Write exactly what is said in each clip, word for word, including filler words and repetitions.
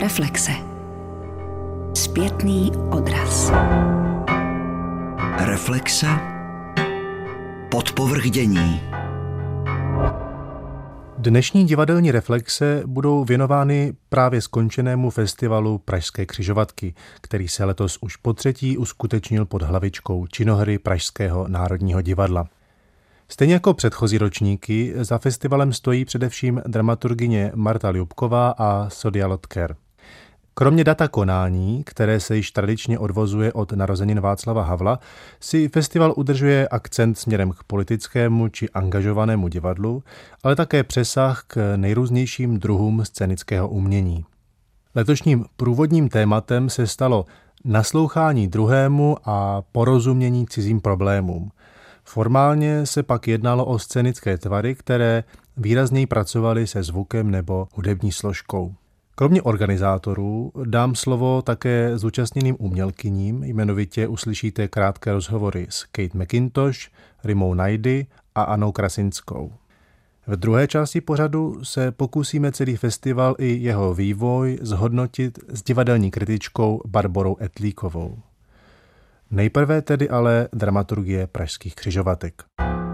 Reflexe. Zpětný odraz. Reflexe. Podpovrchdění. Dnešní divadelní reflexe budou věnovány právě skončenému festivalu Pražské křižovatky, který se letos už po třetí uskutečnil pod hlavičkou činohry Pražského národního divadla. Stejně jako předchozí ročníky za festivalem stojí především dramaturgyně Marta Ljubková a Sodia Lotker. Kromě data konání, které se již tradičně odvozuje od narozenin Václava Havla, si festival udržuje akcent směrem k politickému či angažovanému divadlu, ale také přesah k nejrůznějším druhům scénického umění. Letošním průvodním tématem se stalo naslouchání druhému a porozumění cizím problémům. Formálně se pak jednalo o scénické tvary, které výrazněji pracovaly se zvukem nebo hudební složkou. Kromě organizátorů dám slovo také zúčastněným umělkyním, jmenovitě uslyšíte krátké rozhovory s Kate McIntosh, Rimou Najdy a Annou Krasinskou. V druhé části pořadu se pokusíme celý festival i jeho vývoj zhodnotit s divadelní kritičkou Barborou Etlíkovou. Nejprve tedy ale dramaturgie Pražských křižovatek.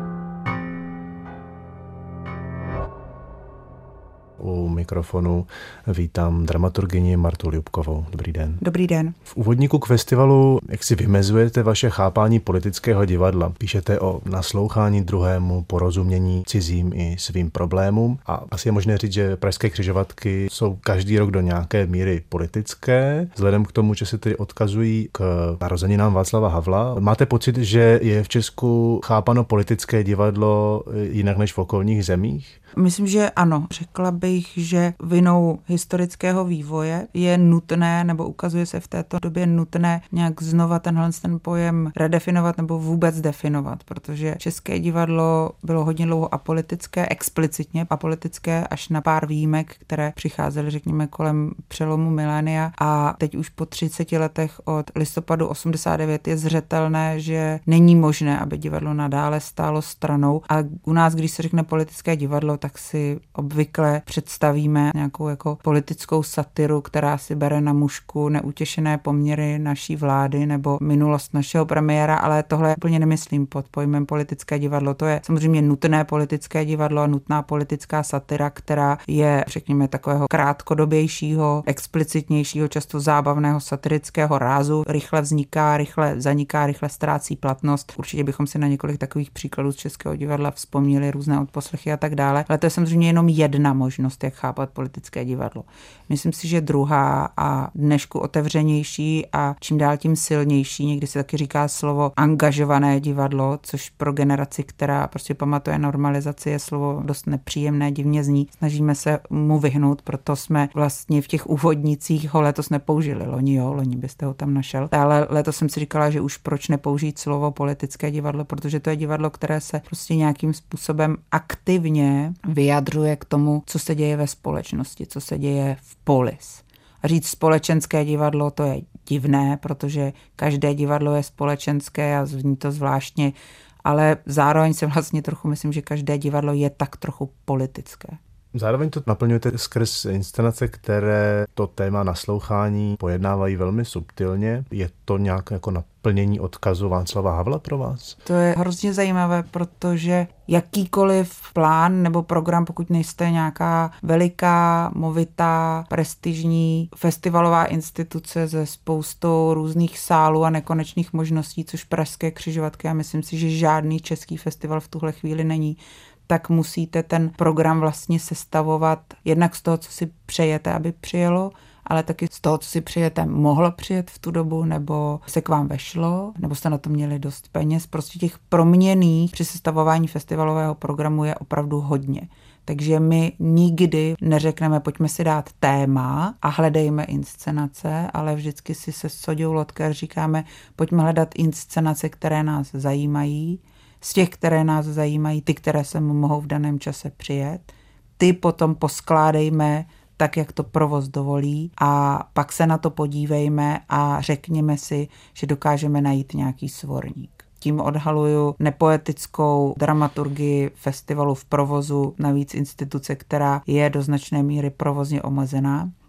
U mikrofonu vítám dramaturgyni Martu Ljubkovou. Dobrý den. Dobrý den. V úvodníku k festivalu, jak si vymezujete vaše chápání politického divadla? Píšete o naslouchání druhému, porozumění cizím i svým problémům a asi je možné říct, že Pražské křižovatky jsou každý rok do nějaké míry politické, vzhledem k tomu, že se tedy odkazují k narozeninám Václava Havla. Máte pocit, že je v Česku chápano politické divadlo jinak než v okolních zemích? Myslím, že ano. Řekla bych, že vinou historického vývoje je nutné, nebo ukazuje se v této době nutné nějak znova tenhle ten pojem redefinovat nebo vůbec definovat, protože české divadlo bylo hodně dlouho apolitické, explicitně apolitické, až na pár výjimek, které přicházely, řekněme, kolem přelomu milénia, a teď už po třiceti letech od listopadu osmdesát devět je zřetelné, že není možné, aby divadlo nadále stálo stranou. A u nás, když se řekne politické divadlo, tak si obvykle představíme nějakou jako politickou satiru, která si bere na mušku neutěšené poměry naší vlády nebo minulost našeho premiéra, ale tohle úplně nemyslím pod pojmem politické divadlo. To je samozřejmě nutné politické divadlo a nutná politická satira, která je, řekněme, takového krátkodobějšího, explicitnějšího, často zábavného satirického rázu. Rychle vzniká, rychle zaniká, rychle ztrácí platnost. Určitě bychom si na několik takových příkladů z českého divadla vzpomněli, různé odposlechy a tak dále. Ale to je samozřejmě jenom jedna možnost, jak chápat politické divadlo. Myslím si, že druhá a dnešku otevřenější a čím dál tím silnější, někdy se taky říká slovo angažované divadlo, což pro generaci, která prostě pamatuje normalizaci, je slovo dost nepříjemné, divně zní. Snažíme se mu vyhnout, proto jsme vlastně v těch úvodnicích ho letos nepoužili. Loni jo, loni byste ho tam našel. Ale letos jsem si říkala, že už proč nepoužít slovo politické divadlo, protože to je divadlo, které se prostě nějakým způsobem aktivně vyjadřuje k tomu, co se děje ve společnosti, co se děje v polis. A říct společenské divadlo, to je divné, protože každé divadlo je společenské a zní to zvláštně, ale zároveň si vlastně trochu myslím, že každé divadlo je tak trochu politické. Zároveň to naplňujete skrz inscenace, které to téma naslouchání pojednávají velmi subtilně. Je to nějak jako naplnění odkazu Václava Havla pro vás? To je hrozně zajímavé, protože jakýkoliv plán nebo program, pokud nejste nějaká veliká, movitá, prestižní festivalová instituce se spoustou různých sálů a nekonečných možností, což Pražské křižovatky, a myslím si, že žádný český festival v tuhle chvíli není, tak musíte ten program vlastně sestavovat jednak z toho, co si přejete, aby přijelo, ale taky z toho, co si přejete, mohlo přijet v tu dobu, nebo se k vám vešlo, nebo jste na to měli dost peněz. Prostě těch proměnných při sestavování festivalového programu je opravdu hodně. Takže my nikdy neřekneme, pojďme si dát téma a hledejme inscenace, ale vždycky si se Sodiou Lotker říkáme, pojďme hledat inscenace, které nás zajímají, z těch, které nás zajímají, ty, které se mohou v daném čase přijet. Ty potom poskládejme tak, jak to provoz dovolí, a pak se na to podívejme a řekněme si, že dokážeme najít nějaký svorník. Tím odhaluju nepoetickou dramaturgii festivalu v provozu, navíc instituce, která je do značné míry provozně omezená.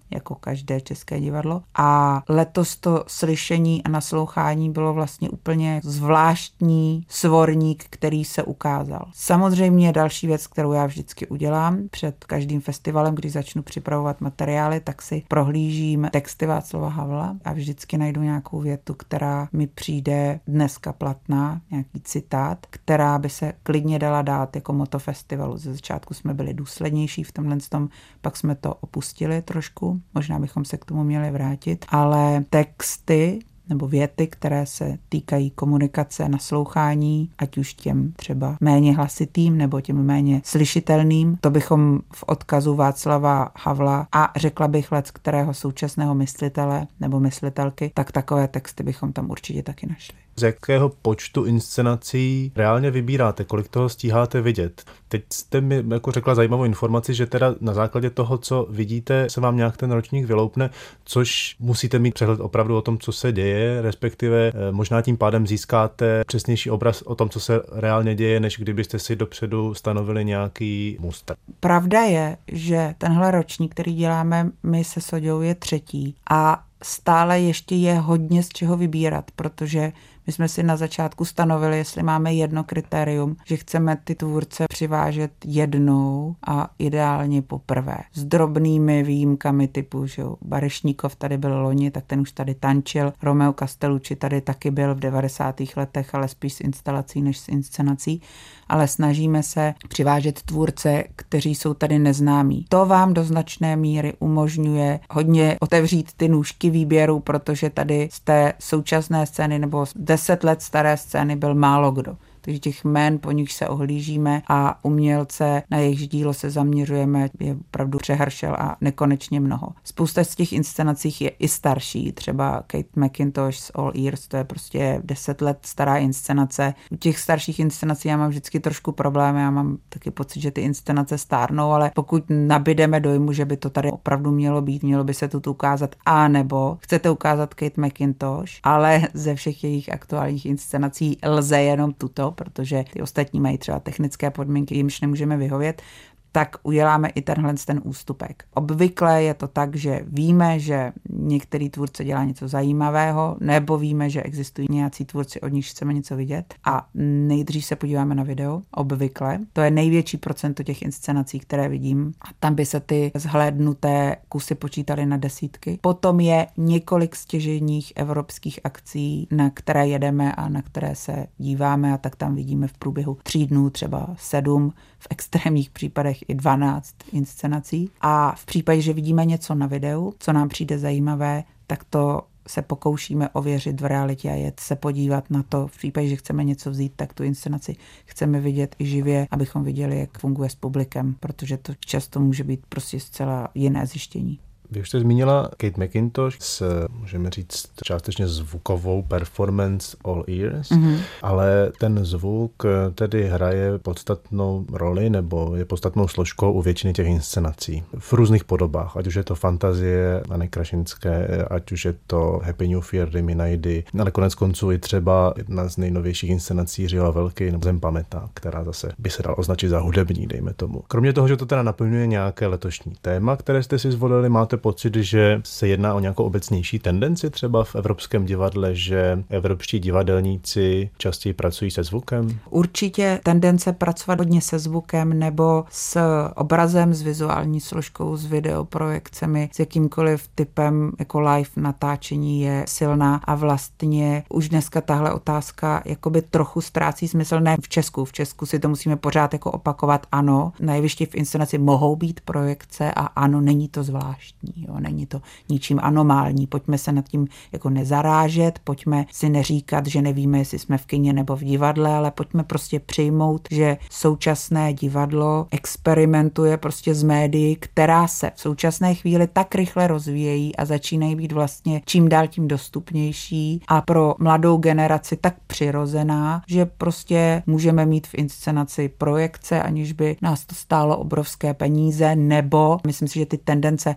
jako každé české divadlo. A letos to slyšení a naslouchání bylo vlastně úplně zvláštní svorník, který se ukázal. Samozřejmě další věc, kterou já vždycky udělám před každým festivalem, když začnu připravovat materiály, tak si prohlížím texty Václava Havla a vždycky najdu nějakou větu, která mi přijde dneska platná, nějaký citát, která by se klidně dala dát jako motto festivalu. Ze začátku jsme byli důslednější v tomhle tom, pak jsme to opustili trošku, možná bychom se k tomu měli vrátit, ale texty nebo věty, které se týkají komunikace, naslouchání, ať už těm třeba méně hlasitým nebo těm méně slyšitelným. To bychom v odkazu Václava Havla a řekla bych let kterého současného myslitele nebo myslitelky, tak takové texty bychom tam určitě taky našli. Z jakého počtu inscenací reálně vybíráte? Kolik toho stíháte vidět? Teď jste mi jako řekla zajímavou informaci, že teda na základě toho, co vidíte, se vám nějak ten ročník vyloupne, což musíte mít přehled opravdu o tom, co se děje, respektive možná tím pádem získáte přesnější obraz o tom, co se reálně děje, než kdybyste si dopředu stanovili nějaký mustr. Pravda je, že tenhle ročník, který děláme my se Soďou, je třetí a stále ještě je hodně z čeho vybírat, protože my jsme si na začátku stanovili, jestli máme jedno kritérium, že chceme ty tvůrce přivážet jednou a ideálně poprvé. S drobnými výjimkami typu, že Barešníkov tady byl loni, tak ten už tady tančil, Romeo Castellucci tady taky byl v devadesátých letech, ale spíš s instalací než s inscenací, ale snažíme se přivážet tvůrce, kteří jsou tady neznámí. To vám do značné míry umožňuje hodně otevřít ty nůžky výběru, protože tady z té současné scény nebo deset let staré scény byl málo kdo. Takže těch jmén, po nich se ohlížíme a umělce, na jejich dílo se zaměřujeme, je opravdu přehršel a nekonečně mnoho. Spousta z těch inscenacích je i starší, třeba Kate McIntosh z All Ears, to je prostě deset let stará inscenace. U těch starších inscenací já mám vždycky trošku problémy, já mám taky pocit, že ty inscenace stárnou, ale pokud nabídeme dojmu, že by to tady opravdu mělo být, mělo by se tu ukázat, a nebo chcete ukázat Kate McIntosh, ale ze všech jejich aktuálních inscenací lze jenom tuto, protože ty ostatní mají třeba technické podmínky, jimž nemůžeme vyhovět, tak uděláme i tenhle ten ústupek. Obvykle je to tak, že víme, že některý tvůrce dělá něco zajímavého, nebo víme, že existují nějací tvůrci, od nich chceme něco vidět a nejdřív se podíváme na video, obvykle. To je největší procento těch inscenací, které vidím a tam by se ty zhlédnuté kusy počítaly na desítky. Potom je několik stěžejních evropských akcí, na které jedeme a na které se díváme a tak tam vidíme v průběhu tří dnů třeba sedm, v extrémních případech i dvanáct inscenací a v případě, že vidíme něco na videu, co nám přijde zajímavé, tak to se pokoušíme ověřit v realitě a jet se podívat na to. V případě, že chceme něco vzít, tak tu inscenaci chceme vidět i živě, abychom viděli, jak funguje s publikem, protože to často může být prostě zcela jiné zjištění. Vy už jste zmínila Kate McIntosh s, můžeme říct, částečně zvukovou performance All Ears, mm-hmm. ale ten zvuk tedy hraje podstatnou roli nebo je podstatnou složkou u většiny těch inscenací. V různých podobách, ať už je to Fantazie Anny Krašinské, ať už je to Happy New Year Rimy Najdy, ale konec konců i třeba jedna z nejnovějších inscenací Řila Velký nebo Zem pamětá, která zase by se dala označit za hudební, dejme tomu. Kromě toho, že to teda naplňuje nějaké letošní téma, které jste si zvolili, máte pocit, že se jedná o nějakou obecnější tendenci třeba v Evropském divadle, že evropští divadelníci častěji pracují se zvukem? Určitě tendence pracovat hodně se zvukem nebo s obrazem, s vizuální složkou, s videoprojekcemi, s jakýmkoliv typem jako live natáčení je silná a vlastně už dneska tahle otázka jakoby trochu ztrácí smysl, ne v Česku. V Česku si to musíme pořád jako opakovat, ano, na jevišti v inscenaci mohou být projekce a ano, není to zvláštní. Jo, není to ničím anomální. Pojďme se nad tím jako nezarážet, pojďme si neříkat, že nevíme, jestli jsme v kině nebo v divadle, ale pojďme prostě přijmout, že současné divadlo experimentuje prostě s médii, která se v současné chvíli tak rychle rozvíjejí a začínají být vlastně čím dál tím dostupnější a pro mladou generaci tak přirozená, že prostě můžeme mít v inscenaci projekce, aniž by nás to stálo obrovské peníze, nebo myslím si, že ty tendence experimentovat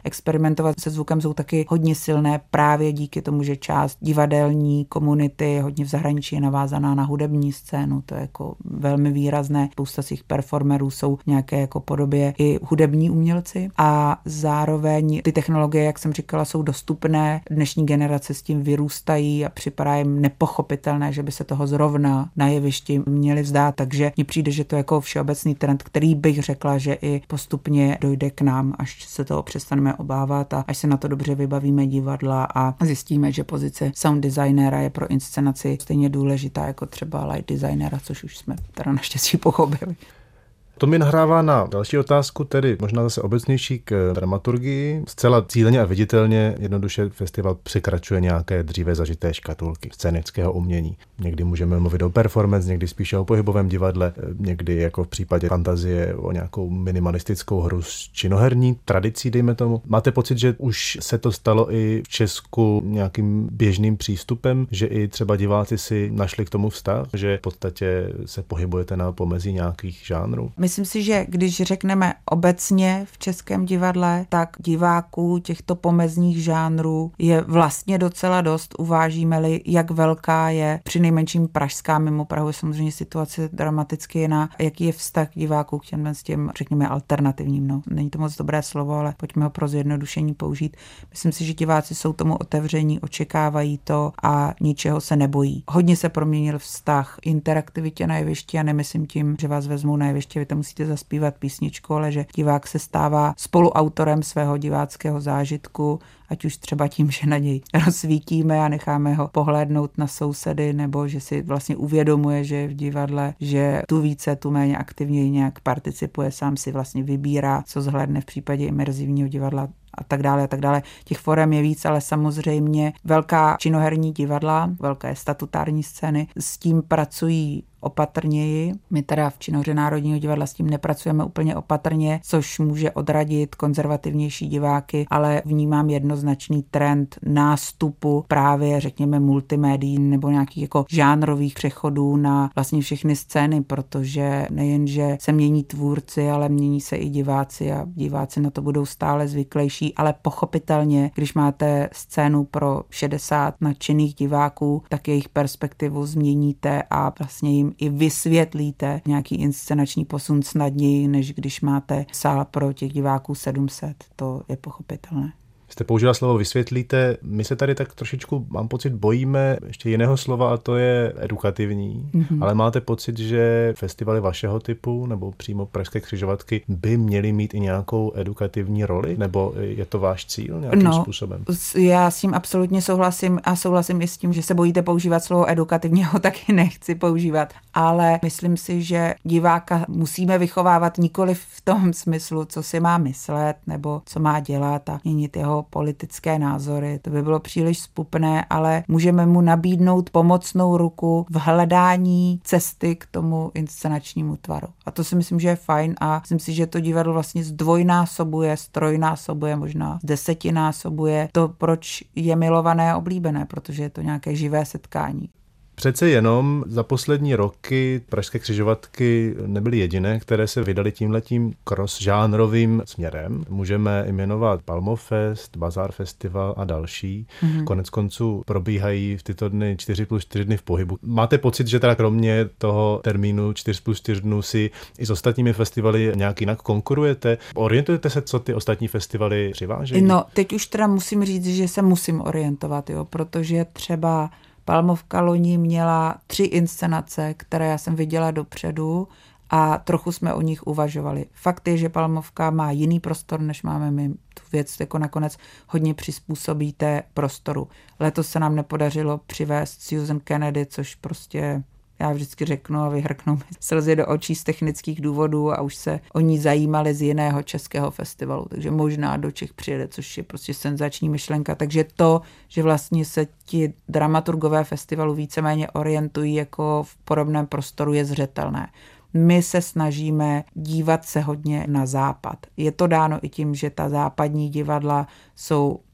experimentovat se zvukem jsou taky hodně silné právě díky tomu, že část divadelní komunity je hodně v zahraničí, je navázaná na hudební scénu, to je jako velmi výrazné. Spousta z těch performerů jsou nějaké jako podobě i hudební umělci a zároveň ty technologie, jak jsem říkala, jsou dostupné. Dnešní generace s tím vyrůstají a připadá jim nepochopitelné, že by se toho zrovna na jevišti měli vzdát, takže mně přijde, že to je jako všeobecný trend, který bych řekla, že i postupně dojde k nám, až se toho přestaneme obávat a až se na to dobře vybavíme divadla a zjistíme, že pozice sound designera je pro inscenaci stejně důležitá jako třeba light designera, což už jsme teda naštěstí pochopili. To mi nahrává na další otázku, tedy možná zase obecnější k dramaturgii. Zcela cíleně a viditelně jednoduše festival překračuje nějaké dříve zažité škatulky scénického umění. Někdy můžeme mluvit o performance, někdy spíše o pohybovém divadle, někdy jako v případě fantazie o nějakou minimalistickou hru s činoherní tradicí, dejme tomu. Máte pocit, že už se to stalo i v Česku nějakým běžným přístupem, že i třeba diváci si našli k tomu vztah, že v podstatě se pohybujete na pomezí nějakých žánrů? Myslím si, že když řekneme obecně v českém divadle, tak diváků těchto pomezních žánrů je vlastně docela dost, uvážíme-li, jak velká je přinejmenším pražská, mimo Prahu je samozřejmě situace dramaticky jiná, jaký je vztah diváků k těm, s těm, řekněme, alternativním. No, není to moc dobré slovo, ale pojďme ho pro zjednodušení použít. Myslím si, že diváci jsou tomu otevření, očekávají to a ničeho se nebojí. Hodně se proměnil vztah interaktivitě na jevišti a nemyslím tím, že vás vezmou na jeviště, vy tam musíte zaspívat písničku, ale že divák se stává spoluautorem svého diváckého zážitku, ať už třeba tím, že na něj rozsvítíme a necháme ho pohlédnout na sousedy, nebo že si vlastně uvědomuje, že je v divadle, že tu více, tu méně aktivněji nějak participuje, sám si vlastně vybírá, co zhlédne v případě imerzivního divadla a tak dále a tak dále. Těch forem je víc, ale samozřejmě velká činoherní divadla, velké statutární scény s tím pracují opatrněji. My teda v Činohře Národního divadla s tím nepracujeme úplně opatrně, což může odradit konzervativnější diváky, ale vnímám jednoznačný trend nástupu právě, řekněme, multimédií nebo nějakých jako žánrových přechodů na vlastně všechny scény, protože nejenže se mění tvůrci, ale mění se i diváci a diváci na to budou stále zvyklejší, ale pochopitelně, když máte scénu pro šedesát nadšených diváků, tak jejich perspektivu změníte a vlastně jim i vysvětlíte nějaký inscenační posun snadněji, než když máte sál pro těch diváků sedm set. To je pochopitelné. Jste použila slovo vysvětlíte, my se tady tak trošičku, mám pocit, bojíme ještě jiného slova a to je edukativní, mm-hmm. ale máte pocit, že festivaly vašeho typu nebo přímo Pražské křižovatky by měly mít i nějakou edukativní roli, nebo je to váš cíl nějakým no, způsobem? Já s tím absolutně souhlasím a souhlasím i s tím, že se bojíte používat slovo edukativně, ho taky nechci používat, ale myslím si, že diváka musíme vychovávat nikoli v tom smyslu, co si má myslet nebo co má dělat a měnit jeho politické názory. To by bylo příliš zpupné, ale můžeme mu nabídnout pomocnou ruku v hledání cesty k tomu inscenačnímu tvaru. A to si myslím, že je fajn a myslím si, že to divadlo vlastně zdvojnásobuje, strojnásobuje, možná desetinásobuje to, proč je milované a oblíbené, protože je to nějaké živé setkání. Přece jenom za poslední roky Pražské křižovatky nebyly jediné, které se vydaly tímhletím cross-žánrovým směrem. Můžeme jmenovat Palmofest, Bazar Festival a další. Mm-hmm. Konec konců probíhají v tyto dny čtyři plus čtyři dny v pohybu. Máte pocit, že teda kromě toho termínu čtyři plus čtyři dnů si i s ostatními festivaly nějak jinak konkurujete? Orientujete se, co ty ostatní festivaly přivážejí? No, teď už teda musím říct, že se musím orientovat, jo, protože třeba Palmovka loni měla tři inscenace, které já jsem viděla dopředu a trochu jsme o nich uvažovali. Fakt je, že Palmovka má jiný prostor, než máme my. Tu věc jako nakonec hodně přizpůsobíte prostoru. Letos se nám nepodařilo přivést Susan Kennedy, což prostě já vždycky řeknu a vyhrknu mi slzy do očí z technických důvodů a už se o ní zajímali z jiného českého festivalu, takže možná do Čech přijede, což je prostě senzační myšlenka. Takže to, že vlastně se ti dramaturgové festivalu víceméně orientují jako v podobném prostoru, je zřetelné. My se snažíme dívat se hodně na západ. Je to dáno i tím, že ta západní divadla jsou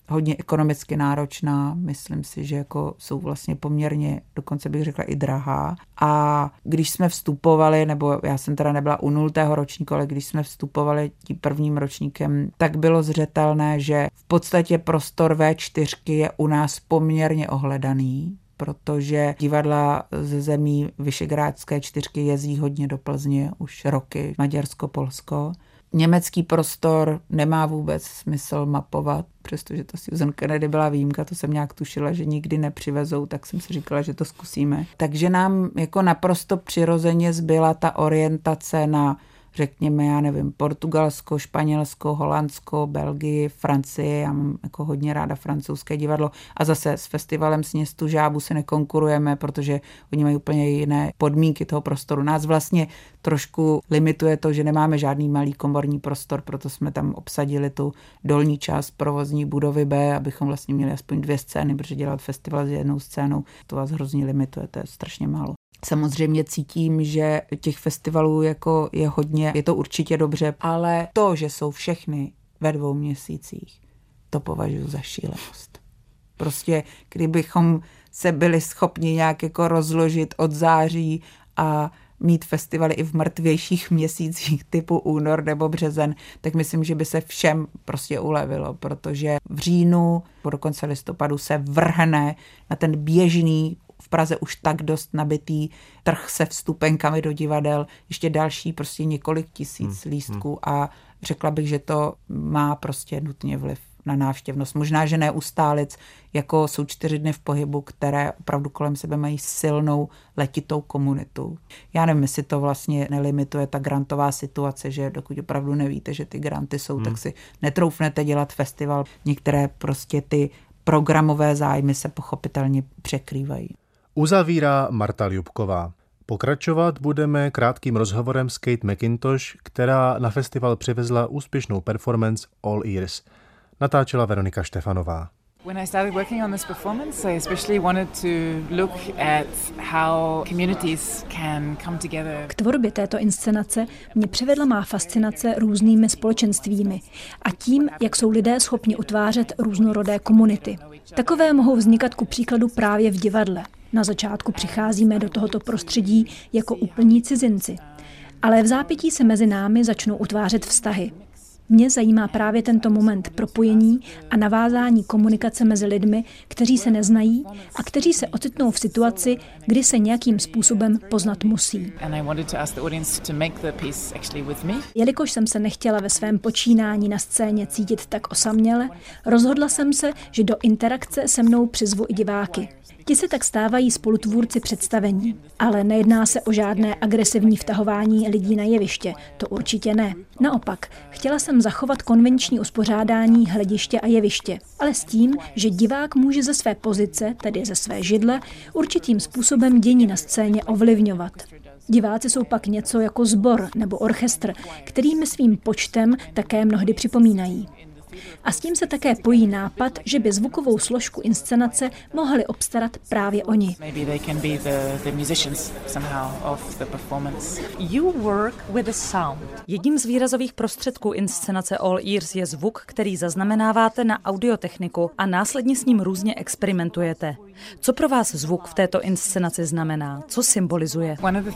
hodně ekonomicky náročná, myslím si, že jako jsou vlastně poměrně, dokonce bych řekla i drahá. A když jsme vstupovali, nebo já jsem teda nebyla u nultého ročníku, ale když jsme vstupovali tím prvním ročníkem, tak bylo zřetelné, že v podstatě prostor vé čtyři je u nás poměrně ohledaný, protože divadla ze zemí Visegrádské čtyřky jezdí hodně do Plzně už roky, Maďarsko, Polsko. Německý prostor nemá vůbec smysl mapovat, přestože to Susan Kennedy byla výjimka, to jsem nějak tušila, že nikdy nepřivezou, tak jsem si říkala, že to zkusíme. Takže nám jako naprosto přirozeně zbyla ta orientace na, řekněme, já nevím, Portugalsko, Španělsko, Holandsko, Belgii, Francii, já mám jako hodně ráda francouzské divadlo a zase s festivalem Sněstu žábu se nekonkurujeme, protože oni mají úplně jiné podmínky toho prostoru. Nás vlastně trošku limituje to, že nemáme žádný malý komorní prostor, proto jsme tam obsadili tu dolní část provozní budovy B, abychom vlastně měli aspoň dvě scény, protože dělat festival s jednou scénou, to vás hrozně limituje, to je strašně málo. Samozřejmě cítím, že těch festivalů jako je hodně, je to určitě dobře, ale to, že jsou všechny ve dvou měsících, to považuji za šílenost. Prostě kdybychom se byli schopni nějak jako rozložit od září a mít festivaly i v mrtvějších měsících typu únor nebo březen, tak myslím, že by se všem prostě ulevilo, protože v říjnu, po do konce listopadu se vrhne na ten běžný, v Praze už tak dost nabitý trh se vstupenkami do divadel, ještě další prostě několik tisíc hmm, lístků hmm. a řekla bych, že to má prostě nutně vliv na návštěvnost. Možná, že ne u stálic, jako jsou čtyři dny v pohybu, které opravdu kolem sebe mají silnou letitou komunitu. Já nevím, jestli to vlastně nelimituje ta grantová situace, že dokud opravdu nevíte, že ty granty jsou, hmm. tak si netroufnete dělat festival. Některé prostě ty programové zájmy se pochopitelně překrývají. Uzavírá Marta Ljubková. Pokračovat budeme krátkým rozhovorem s Kate McIntosh, která na festival přivezla úspěšnou performance All Ears. Natáčela Veronika Štefanová. When I started working on this performance, I especially wanted to look at how communities can come together. K tvorbě této inscenace mě přivedla má fascinace různými společenstvími a tím, jak jsou lidé schopni utvářet různorodé komunity. Takové mohou vznikat ku příkladu právě v divadle. Na začátku přicházíme do tohoto prostředí jako úplní cizinci, ale v zápětí se mezi námi začnou utvářet vztahy. Mě zajímá právě tento moment propojení a navázání komunikace mezi lidmi, kteří se neznají a kteří se ocitnou v situaci, kdy se nějakým způsobem poznat musí. Jelikož jsem se nechtěla ve svém počínání na scéně cítit tak osaměle, rozhodla jsem se, že do interakce se mnou přizvu i diváky. Ti se tak stávají spolutvůrci představení, ale nejedná se o žádné agresivní vtahování lidí na jeviště, to určitě ne. Naopak, chtěla jsem zachovat konvenční uspořádání hlediště a jeviště, ale s tím, že divák může ze své pozice, tedy ze své židle, určitým způsobem dění na scéně ovlivňovat. Diváci jsou pak něco jako sbor nebo orchestr, který mi svým počtem také mnohdy připomínají. A s tím se také pojí nápad, že by zvukovou složku inscenace mohli obstarat právě oni. Jedním z výrazových prostředků inscenace All Ears je zvuk, který zaznamenáváte na audiotechniku a následně s ním různě experimentujete. Co pro vás zvuk v této inscenaci znamená? Co symbolizuje?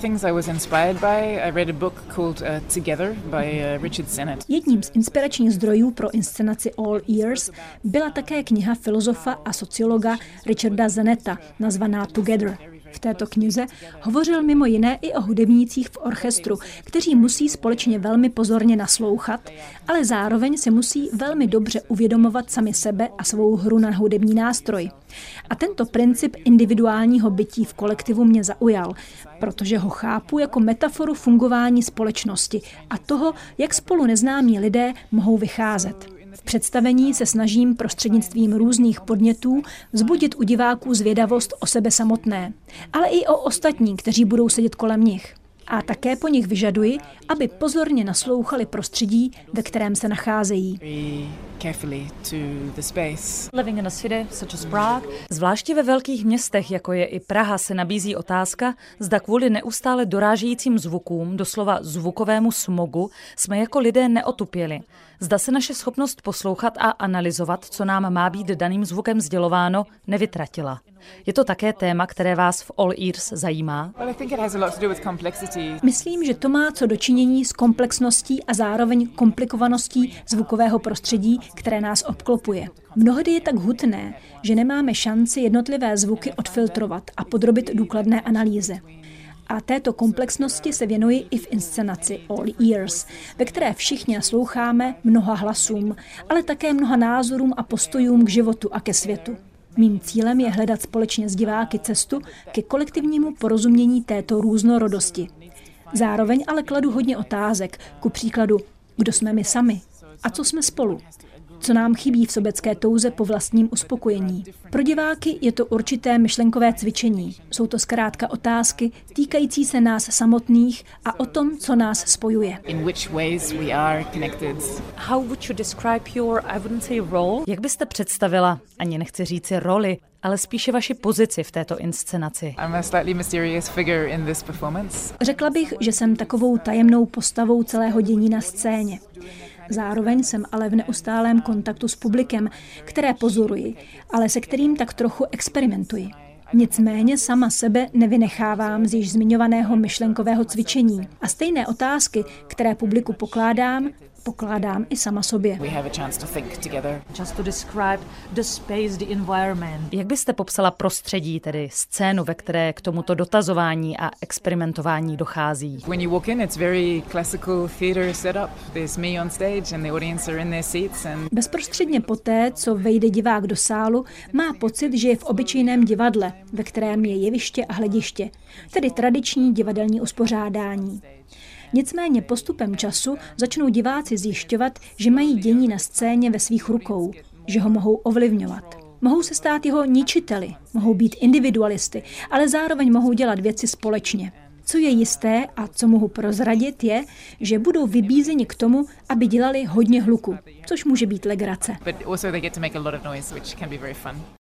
Jedním z inspiračních zdrojů pro inscenaci All Ears byla také kniha filozofa a sociologa Richarda Zenetta, nazvaná Together. V této knize hovořil mimo jiné i o hudebnících v orchestru, kteří musí společně velmi pozorně naslouchat, ale zároveň se musí velmi dobře uvědomovat sami sebe a svou hru na hudební nástroj. A tento princip individuálního bytí v kolektivu mě zaujal, protože ho chápu jako metaforu fungování společnosti a toho, jak spolu neznámí lidé mohou vycházet. V představení se snažím prostřednictvím různých podnětů vzbudit u diváků zvědavost o sebe samotné, ale i o ostatní, kteří budou sedět kolem nich. A také po nich vyžaduji, aby pozorně naslouchali prostředí, ve kterém se nacházejí. carefully to the space. Living in a city such as Prague. Zvláště ve velkých městech, jako je i Praha, se nabízí otázka, zda kvůli neustále dorážejícím zvukům, doslova zvukovému smogu, jsme jako lidé neotupěli. Zda se naše schopnost poslouchat a analyzovat, co nám má být daným zvukem sdělováno, nevytratila. Je to také téma, které vás v All Ears zajímá? Myslím, že to má co dočinění s komplexností a zároveň komplikovaností zvukového prostředí, které nás obklopuje. Mnohdy je tak hutné, že nemáme šanci jednotlivé zvuky odfiltrovat a podrobit důkladné analýze. A této komplexnosti se věnuji i v inscenaci All Ears, ve které všichni nasloucháme mnoha hlasům, ale také mnoha názorům a postojům k životu a ke světu. Mým cílem je hledat společně s diváky cestu ke kolektivnímu porozumění této různorodosti. Zároveň ale kladu hodně otázek, ku příkladu, kdo jsme my sami a co jsme spolu. Co nám chybí v sobecké touze po vlastním uspokojení. Pro diváky je to určité myšlenkové cvičení. Jsou to zkrátka otázky týkající se nás samotných a o tom, co nás spojuje. In which ways we are connected. How would you describe your, I wouldn't say role? Jak byste představila, ani nechci říci roli, ale spíše vaši pozici v této inscenaci? I'm a slightly mysterious figure in this performance. Řekla bych, že jsem takovou tajemnou postavou celého dění na scéně. Zároveň jsem ale v neustálém kontaktu s publikem, které pozoruji, ale se kterým tak trochu experimentuji. Nicméně sama sebe nevynechávám z již zmiňovaného myšlenkového cvičení a stejné otázky, které publiku pokládám, pokládám i sama sobě. We have a chance to think together. Just to describe the space, the environment. Jak byste popsala prostředí, tedy scénu, ve které k tomuto dotazování a experimentování dochází? When you walk in, it's very classical theater setup. There's me on stage and the audience are in their seats and Bezprostředně poté, co vejde divák do sálu, má pocit, že je v obyčejném divadle, ve kterém je jeviště a hlediště, tedy tradiční divadelní uspořádání. Nicméně postupem času začnou diváci zjišťovat, že mají dění na scéně ve svých rukou, že ho mohou ovlivňovat. Mohou se stát jeho ničiteli, mohou být individualisty, ale zároveň mohou dělat věci společně. Co je jisté a co mohu prozradit je, že budou vybízeni k tomu, aby dělali hodně hluku, což může být legrace. but also they get to make a lot of noise, which can be very fun.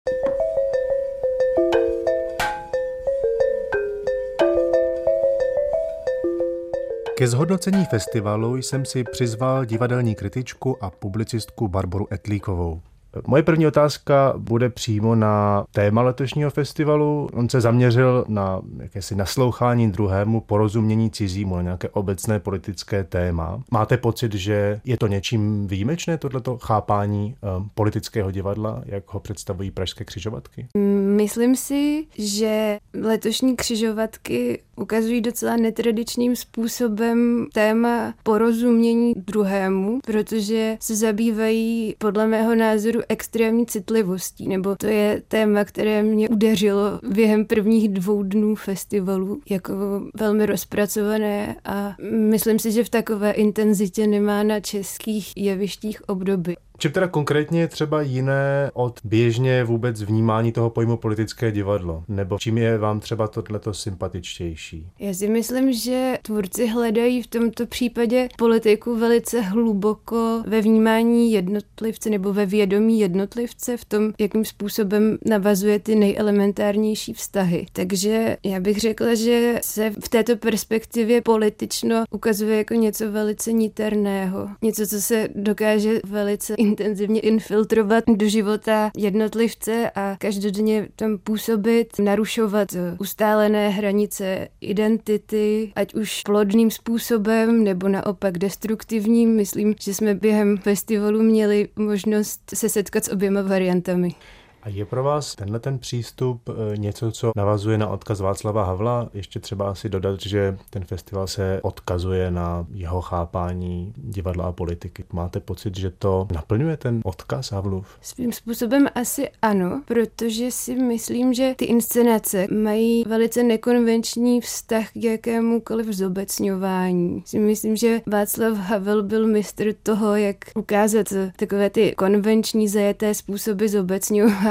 Ke zhodnocení festivalu jsem si přizval divadelní kritičku a publicistku Barboru Etlíkovou. Moje první otázka bude přímo na téma letošního festivalu. On se zaměřil na jakési naslouchání druhému, porozumění cizímu, na nějaké obecné politické téma. Máte pocit, že je to něčím výjimečné, tohleto chápání um, politického divadla, jak ho představují pražské křižovatky? Myslím si, že letošní křižovatky ukazují docela netradičním způsobem téma porozumění druhému, protože se zabývají podle mého názoru extrémní citlivostí, nebo to je téma, které mě udeřilo během prvních dvou dnů festivalu jako velmi rozpracované a myslím si, že v takové intenzitě nemá na českých jevištích obdoby. Čím teda konkrétně je třeba jiné od běžně vůbec vnímání toho pojmu politické divadlo? Nebo čím je vám třeba tohleto sympatičtější? Já si myslím, že tvůrci hledají v tomto případě politiku velice hluboko ve vnímání jednotlivce nebo ve vědomí jednotlivce v tom, jakým způsobem navazuje ty nejelementárnější vztahy. Takže já bych řekla, že se v této perspektivě politično ukazuje jako něco velice niterného. Něco, co se dokáže velice intenzivně infiltrovat do života jednotlivce a každodenně tam působit, narušovat ustálené hranice identity, ať už plodným způsobem nebo naopak destruktivním. Myslím, že jsme během festivalu měli možnost se setkat s oběma variantami. A je pro vás tenhle ten přístup něco, co navazuje na odkaz Václava Havla? Ještě třeba asi dodat, že ten festival se odkazuje na jeho chápání divadla a politiky. Máte pocit, že to naplňuje ten odkaz Havlův? Svým způsobem asi ano, protože si myslím, že ty inscenace mají velice nekonvenční vztah k jakémukoliv zobecňování. Si myslím, že Václav Havel byl mistr toho, jak ukázat takové ty konvenční zajeté způsoby zobecňování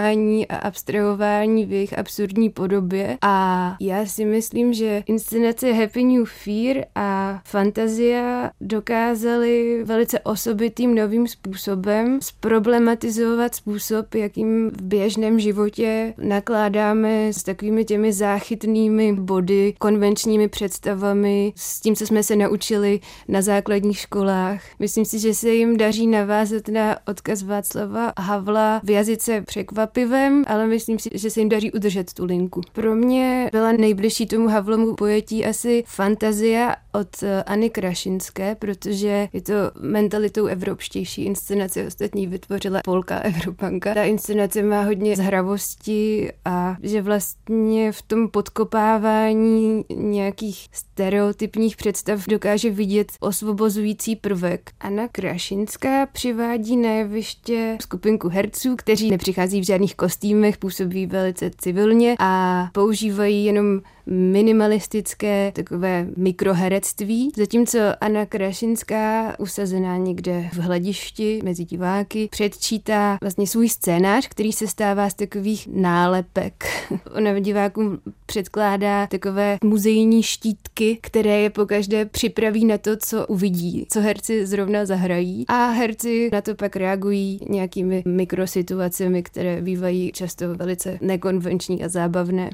vnímání a abstrahování v jejich absurdní podobě. A já si myslím, že inscenace Happy New Fear a Fantazia dokázaly velice osobitým novým způsobem zproblematizovat způsob, jakým v běžném životě nakládáme s takovými těmi záchytnými body, konvenčními představami, s tím, co jsme se naučili na základních školách. Myslím si, že se jim daří navázat na odkaz Václava Havla v jazyce překvapivém, ale myslím si, že se jim daří udržet tu linku. Pro mě byla nejbližší tomu Havlomu pojetí asi Fantazia od Anny Krasinské, protože je to mentalitou evropštější inscenace, ostatní vytvořila Polka Evropanka. Ta inscenace má hodně zhravosti a že vlastně v tom podkopávání nějakých stereotypních představ dokáže vidět osvobozující prvek. Anna Krašinská přivádí na jeviště skupinku herců, kteří nepřichází v žádných kostýmech, působí velice civilně a používají jenom minimalistické takové mikroherectví, zatímco Anna Krašinská, usazená někde v hledišti mezi diváky, předčítá vlastně svůj scénář, který se stává z takových nálepek. Ona divákům předkládá takové muzejní štítky, které je pokaždé připraví na to, co uvidí, co herci zrovna zahrají, a herci na to pak reagují nějakými mikrosituacemi, které bývají často velice nekonvenční a zábavné.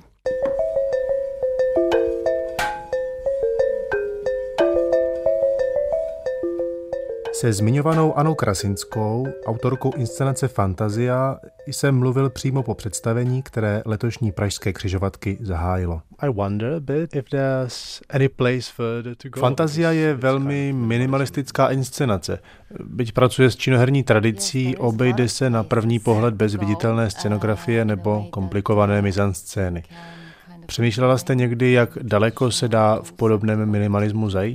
Se zmiňovanou Annou Krasinskou, autorkou inscenace Fantazia, jsem mluvil přímo po představení, které letošní pražské křižovatky zahájilo. Fantazia je velmi minimalistická inscenace. Byť pracuje s činoherní tradicí, obejde se na první pohled bez viditelné scenografie nebo komplikované mizanscény. Přemýšlela jste někdy, jak daleko se dá v podobném minimalismu zajít?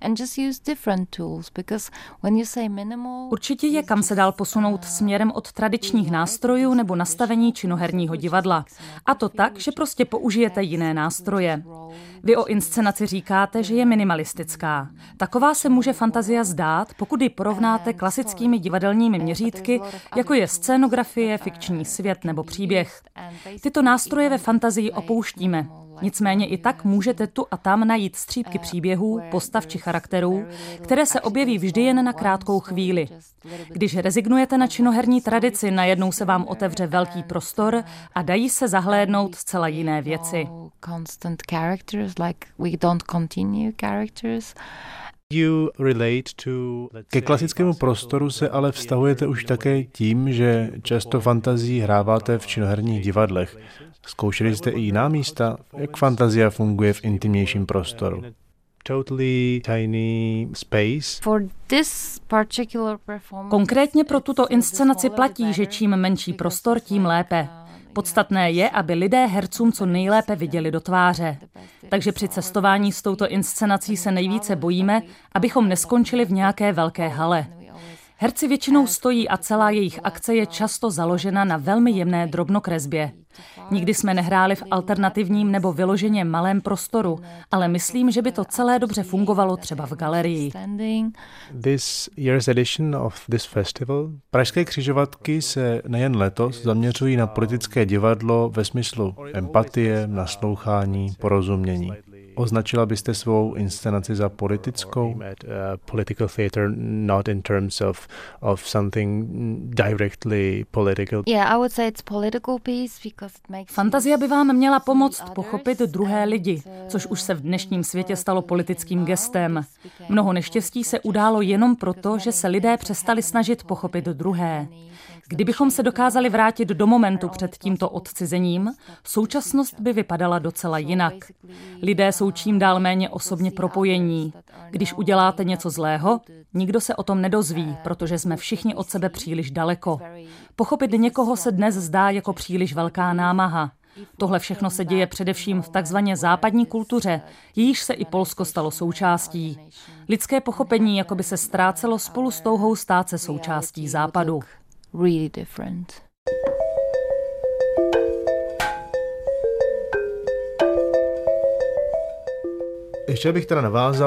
Určitě je kam se dál posunout směrem od tradičních nástrojů nebo nastavení činoherního divadla. A to tak, že prostě použijete jiné nástroje. Vy o inscenaci říkáte, že je minimalistická. Taková se může Fantazia zdát, pokud ji porovnáte klasickými divadelními měřítky, jako je scénografie, fikční svět nebo příběh. Tyto nástroje ve Fantazii opouštíme. Nicméně i tak můžete tu a tam najít střípky příběhů, postav či charakterů, které se objeví vždy jen na krátkou chvíli. Když rezignujete na činoherní tradici, najednou se vám otevře velký prostor a dají se zahlédnout zcela jiné věci. Ke klasickému prostoru se ale vztahujete už také tím, že často fantazii hráváte v činoherních divadlech. Zkoušeli jste i jiná místa? Jak Fantazia funguje v intimnějším prostoru? Totally tiny space. Konkrétně pro tuto inscenaci platí, že čím menší prostor, tím lépe. Podstatné je, aby lidé hercům co nejlépe viděli do tváře. Takže při cestování s touto inscenací se nejvíce bojíme, abychom neskončili v nějaké velké hale. Herci většinou stojí a celá jejich akce je často založena na velmi jemné drobnokresbě. Nikdy jsme nehráli v alternativním nebo vyloženě malém prostoru, ale myslím, že by to celé dobře fungovalo třeba v galerii. This year's edition of this festival. Pražské křižovatky se nejen letos zaměřují na politické divadlo ve smyslu empatie, naslouchání, porozumění. Označila byste svou inscenaci za politickou? Political theater, not in terms of of something directly political. Yeah, I would say it's political piece because it makes Fantazia by vám měla pomoct pochopit druhé lidi, což už se v dnešním světě stalo politickým gestem. Mnoho neštěstí se událo jenom proto, že se lidé přestali snažit pochopit druhé. Kdybychom se dokázali vrátit do momentu před tímto odcizením, současnost by vypadala docela jinak. Lidé jsou čím dál méně osobně propojení. Když uděláte něco zlého, nikdo se o tom nedozví, protože jsme všichni od sebe příliš daleko. Pochopit někoho se dnes zdá jako příliš velká námaha. Tohle všechno se děje především v takzvaně západní kultuře, jejíž se i Polsko stalo součástí. Lidské pochopení jako by se ztrácelo spolu s touhou stát se součástí západu. really different. Ještě bych teda navázal,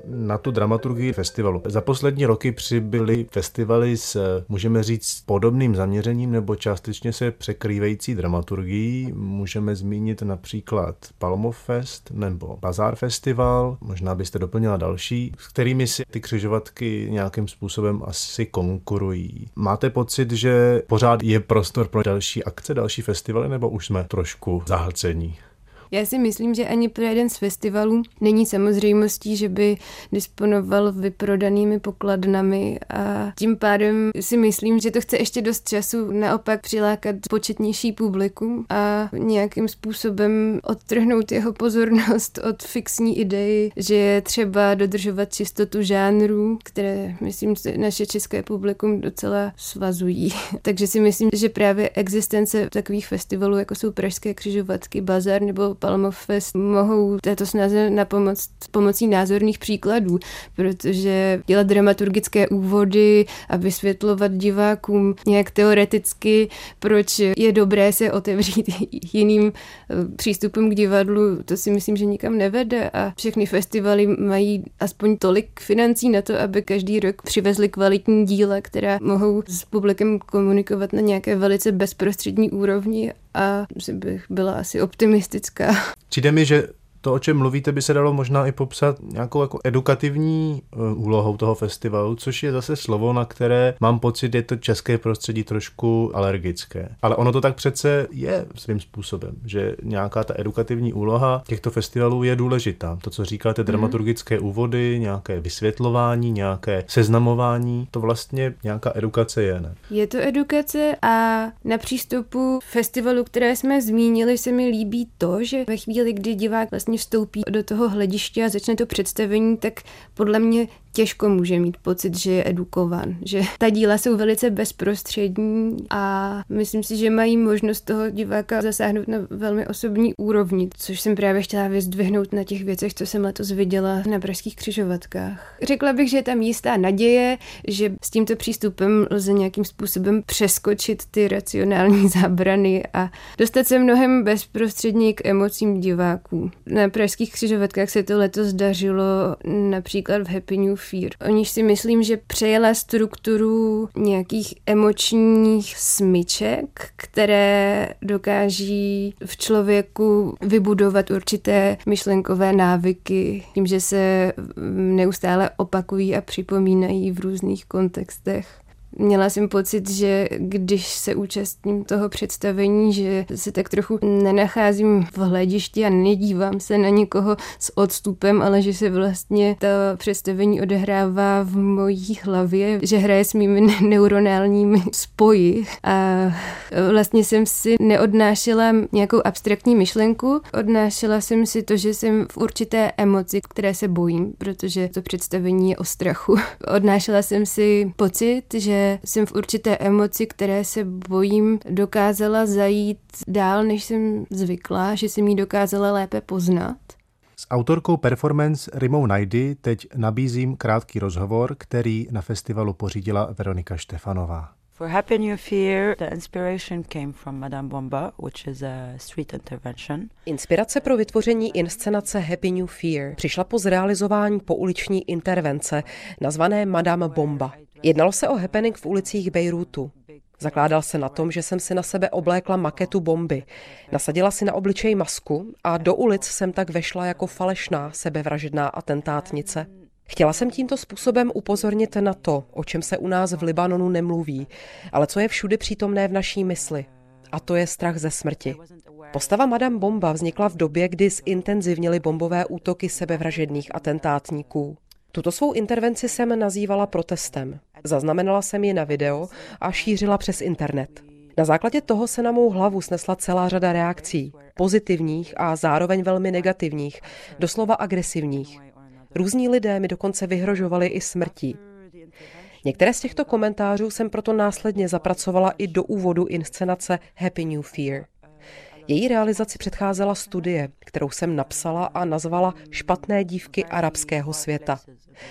na tu dramaturgii festivalu. Za poslední roky přibyly festivaly s, můžeme říct, podobným zaměřením nebo částečně se překrývající dramaturgií. Můžeme zmínit například Palmov Fest nebo Bazar Festival, možná byste doplnila další, s kterými si ty křižovatky nějakým způsobem asi konkurují. Máte pocit, že pořád je prostor pro další akce, další festivaly, nebo už jsme trošku zahlcení? Já si myslím, že ani pro jeden z festivalů není samozřejmostí, že by disponoval vyprodanými pokladnami a tím pádem si myslím, že to chce ještě dost času naopak přilákat početnější publikum a nějakým způsobem odtrhnout jeho pozornost od fixní idei, že je třeba dodržovat čistotu žánrů, které, myslím, naše české publikum docela svazují. Takže si myslím, že právě existence takových festivalů, jako jsou Pražské křižovatky, Bazar nebo Palmov Fest, mohou této snaze napomoct pomocí názorných příkladů, protože dělat dramaturgické úvody a vysvětlovat divákům nějak teoreticky, proč je dobré se otevřít jiným přístupem k divadlu, to si myslím, že nikam nevede a všechny festivaly mají aspoň tolik financí na to, aby každý rok přivezli kvalitní díla, která mohou s publikem komunikovat na nějaké velice bezprostřední úrovni a že bych byla asi optimistická. Přijde mi, že to, o čem mluvíte, by se dalo možná i popsat nějakou jako edukativní úlohou toho festivalu, což je zase slovo, na které mám pocit, je to české prostředí trošku alergické. Ale ono to tak přece je svým způsobem, že nějaká ta edukativní úloha těchto festivalů je důležitá. To, co říkáte, dramaturgické úvody, nějaké vysvětlování, nějaké seznamování, to vlastně nějaká edukace je, ne? Je to edukace a na přístupu festivalu, které jsme zmínili, se mi líbí to, že ve chvíli, kdy divák vlastně vstoupí do toho hlediště a začne to představení, tak podle mě těžko může mít pocit, že je edukován, že ta díla jsou velice bezprostřední a myslím si, že mají možnost toho diváka zasáhnout na velmi osobní úrovni, což jsem právě chtěla vyzdvihnout na těch věcech, co jsem letos viděla na Pražských křižovatkách. Řekla bych, že je tam jistá naděje, že s tímto přístupem lze nějakým způsobem přeskočit ty racionální zábrany a dostat se mnohem bezprostředněji k emocím diváků. Na Pražských křižovatkách se to letos dařilo například v Happy New Fear. O níž si myslím, že přejela strukturu nějakých emočních smyček, které dokáží v člověku vybudovat určité myšlenkové návyky, tím, že se neustále opakují a připomínají v různých kontextech. Měla jsem pocit, že když se účastním toho představení, že se tak trochu nenacházím v hledišti a nedívám se na někoho s odstupem, ale že se vlastně to představení odehrává v mojí hlavě, že hraje s mými neuronálními spoji a vlastně jsem si neodnášela nějakou abstraktní myšlenku, odnášela jsem si to, že jsem v určité emoci, které se bojím, protože to představení je o strachu. Odnášela jsem si pocit, že jsem v určité emoci, které se bojím, dokázala zajít dál, než jsem zvyklá, že jsem ji dokázala lépe poznat. S autorkou performance Rimou Najdy teď nabízím krátký rozhovor, který na festivalu pořídila Veronika Štefanová. For Happy New Fear, the inspiration came from Madame Bomba, which is a street intervention. Inspirace pro vytvoření inscenace Happy New Fear přišla po zrealizování pouliční intervence nazvané Madame Bomba. Jednalo se o happening v ulicích Bejrútu. Zakládal se na tom, že jsem si na sebe oblékla maketu bomby, nasadila si na obličej masku a do ulic jsem tak vešla jako falešná sebevražedná atentátnice. Chtěla jsem tímto způsobem upozornit na to, o čem se u nás v Libanonu nemluví, ale co je všude přítomné v naší mysli. A to je strach ze smrti. Postava Madame Bomba vznikla v době, kdy zintenzivnily bombové útoky sebevražedných atentátníků. Tuto svou intervenci jsem nazývala protestem. Zaznamenala jsem ji na video a šířila přes internet. Na základě toho se na mou hlavu snesla celá řada reakcí, pozitivních a zároveň velmi negativních, doslova agresivních. Různí lidé mi dokonce vyhrožovali i smrtí. Některé z těchto komentářů jsem proto následně zapracovala i do úvodu inscenace Happy New Fear. Její realizaci předcházela studie, kterou jsem napsala a nazvala Špatné dívky arabského světa.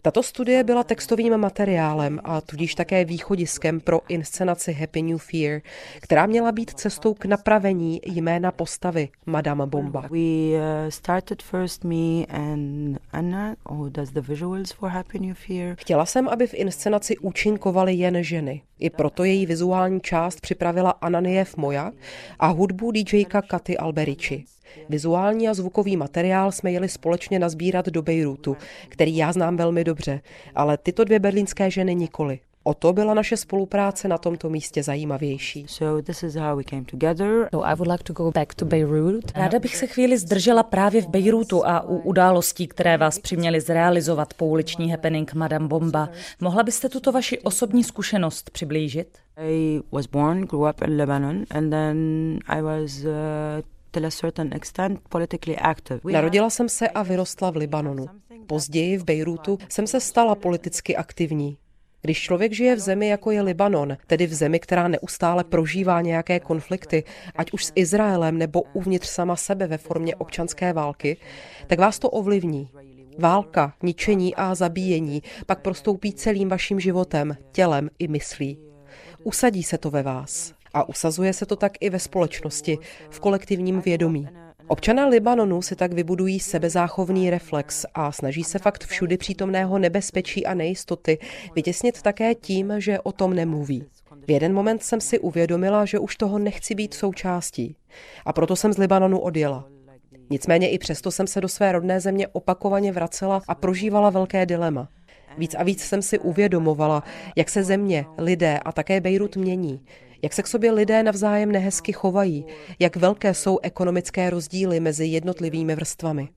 Tato studie byla textovým materiálem a tudíž také východiskem pro inscenaci Happy New Fear, která měla být cestou k napravení jména postavy Madame Bomba. We uh, started first me and Anna, who does the visuals for Happy New Fear. Chtěla jsem, aby v inscenaci účinkovaly jen ženy. I proto její vizuální část připravila Ananiev Moja a hudbu DJka Katy Alberici. Vizuální a zvukový materiál jsme jeli společně nazbírat do Bejrútu, který já znám velmi dobře, ale tyto dvě berlínské ženy nikoli. O to byla naše spolupráce na tomto místě zajímavější. So this is how we came together. So I would like to go back to Beirut. Ráda bych se chvíli zdržela právě v Bejrútu a u událostí, které vás přiměly zrealizovat pouliční happening Madame Bomba. Mohla byste tuto vaši osobní zkušenost přiblížit? I was born, grew up in Lebanon, and then I was uh, till a certain extent politically active. Narodila jsem se a vyrostla v Libanonu. Později v Bejrútu jsem se stala politicky aktivní. Když člověk žije v zemi, jako je Libanon, tedy v zemi, která neustále prožívá nějaké konflikty, ať už s Izraelem nebo uvnitř sama sebe ve formě občanské války, tak vás to ovlivní. Válka, ničení a zabíjení pak prostoupí celým vaším životem, tělem i myslí. Usadí se to ve vás. A usazuje se to tak i ve společnosti, v kolektivním vědomí. Občané Libanonu si tak vybudují sebezáchovný reflex a snaží se fakt všudy přítomného nebezpečí a nejistoty vytěsnit také tím, že o tom nemluví. V jeden moment jsem si uvědomila, že už toho nechci být součástí. A proto jsem z Libanonu odjela. Nicméně i přesto jsem se do své rodné země opakovaně vracela a prožívala velké dilema. Víc a víc jsem si uvědomovala, jak se země, lidé a také Bejrút mění. Jak se k sobě lidé navzájem nehezky chovají, jak velké jsou ekonomické rozdíly mezi jednotlivými vrstvami.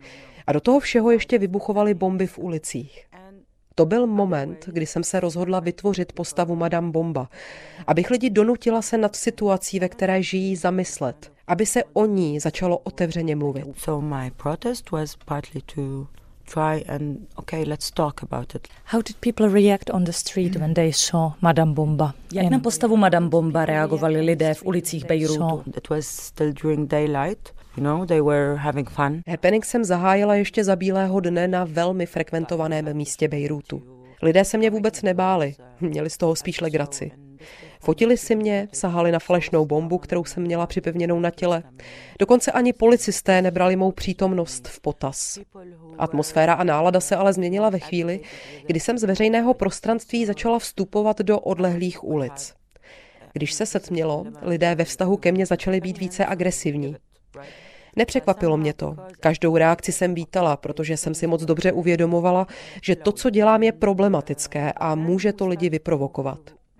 A do toho všeho ještě vybuchovaly bomby v ulicích. To byl moment, kdy jsem se rozhodla vytvořit postavu Madame Bomba, abych lidi donutila se nad situací, ve které žijí, zamyslet, aby se o ní začalo otevřeně mluvit. So my protest was partly to try and okay, let's talk about it. How did people react on the street when they saw Madame Bomba? Jak na postavu Madame Bomba reagovali lidé v ulicích Bejrútu? It was still during daylight. You know, they were having fun. Happening jsem zahájila ještě za bílého dne na velmi frekventovaném místě Bejrútu. Lidé se mě vůbec nebáli, měli z toho spíš legraci. Fotili si mě, sahali na falešnou bombu, kterou jsem měla připevněnou na těle. Dokonce ani policisté nebrali mou přítomnost v potaz. Atmosféra a nálada se ale změnila ve chvíli, kdy jsem z veřejného prostranství začala vstupovat do odlehlých ulic. Když se setmělo, lidé ve vztahu ke mně začali být více agresivní. Nepřekvapilo mě to. Každou reakci jsem vítala, protože jsem si moc dobře uvědomovala, že to, co dělám, je problematické a může to lidi vyprovokovat.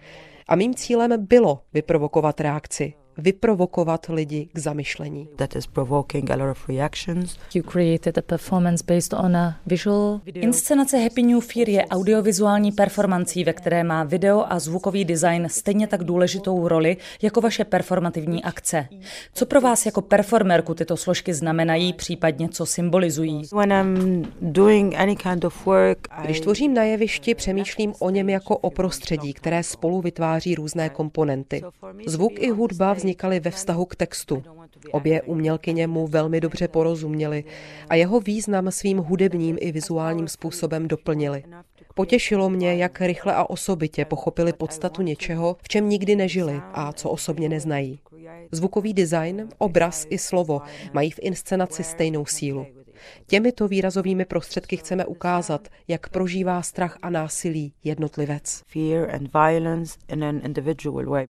A mým cílem bylo vyprovokovat reakci, vyprovokovat lidi k zamyšlení. That is provoking a lot of reactions. You created a performance based on a visual. Inscenace Happy New Fear je audiovizuální performancí, ve které má video a zvukový design stejně tak důležitou roli jako vaše performativní akce. Co pro vás jako performerku tyto složky znamenají, případně co symbolizují? When I'm doing any kind of work, Když tvořím na jevišti, přemýšlím o něm jako o prostředí, které spolu vytváří různé komponenty. Zvuk i hudba vznikaly ve vztahu k textu. Obě umělkyně mu velmi dobře porozuměly a jeho význam svým hudebním i vizuálním způsobem doplnili. Potěšilo mě, jak rychle a osobitě pochopili podstatu něčeho, v čem nikdy nežili a co osobně neznají. Zvukový design, obraz i slovo mají v inscenaci stejnou sílu. Těmito výrazovými prostředky chceme ukázat, jak prožívá strach a násilí jednotlivec. Fear and violence in an individual way.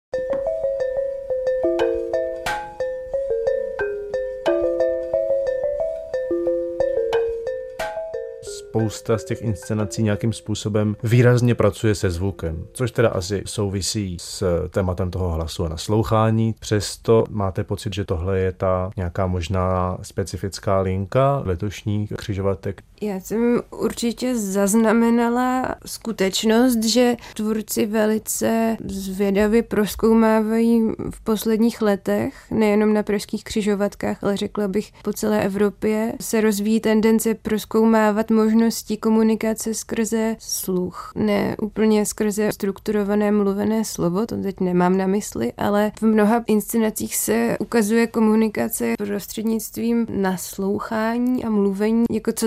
Spousta z těch inscenací nějakým způsobem výrazně pracuje se zvukem, což teda asi souvisí s tématem toho hlasu a naslouchání. Přesto máte pocit, že tohle je ta nějaká možná specifická linka letošních křižovatek? Já jsem určitě zaznamenala skutečnost, že tvůrci velice zvědavě prozkoumávají v posledních letech, nejenom na pražských křižovatkách, ale řekla bych po celé Evropě, se rozvíjí tendence prozkoumávat možnosti komunikace skrze sluch. Ne úplně skrze strukturované mluvené slovo, to teď nemám na mysli, ale v mnoha inscenacích se ukazuje komunikace prostřednictvím naslouchání a mluvení jako cosi velice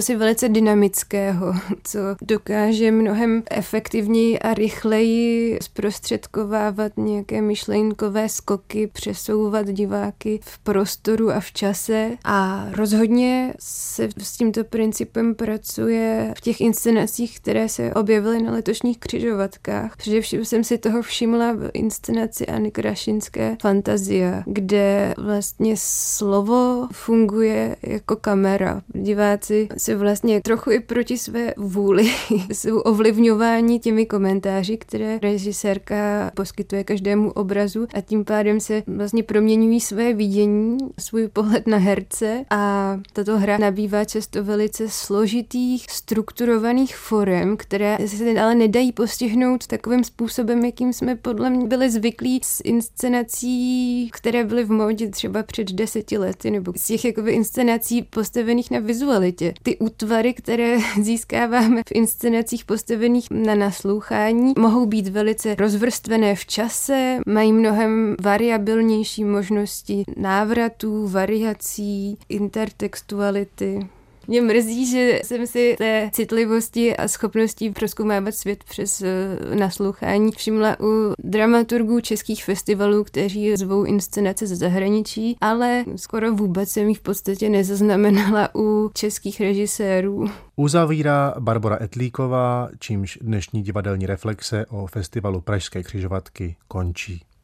velice dynamického, co dokáže mnohem efektivněji a rychleji zprostředkovávat nějaké myšlenkové skoky, přesouvat diváky v prostoru a v čase. A rozhodně se s tímto principem pracuje v těch inscenacích, které se objevily na letošních křižovatkách. Především jsem si toho všimla v inscenaci Anny Krašinské Fantazia, kde vlastně slovo funguje jako kamera. Diváci se vlastně trochu i proti své vůli jsou ovlivňováni těmi komentáři, které režisérka poskytuje každému obrazu a tím pádem se vlastně proměňují své vidění, svůj pohled na herce a tato hra nabývá často velice složitých, strukturovaných forem, které se ale nedají postihnout takovým způsobem, jakým jsme podle mě byli zvyklí z inscenací, které byly v módě třeba před deseti lety, nebo z těch jakoby inscenací postavených na vizualitě. Ty útvary, které získáváme v inscenacích postavených na naslouchání, mohou být velice rozvrstvené v čase, mají mnohem variabilnější možnosti návratů, variací, intertextuality. Mě mrzí, že jsem si té citlivosti a schopností prozkoumávat svět přes naslouchání všimla u dramaturgů českých festivalů, kteří zvou inscenace ze zahraničí, ale skoro vůbec jsem jich v podstatě nezaznamenala u českých režisérů. Uzavírá Barbora Etlíková, čímž dnešní divadelní reflexe o festivalu Pražské křižovatky končí.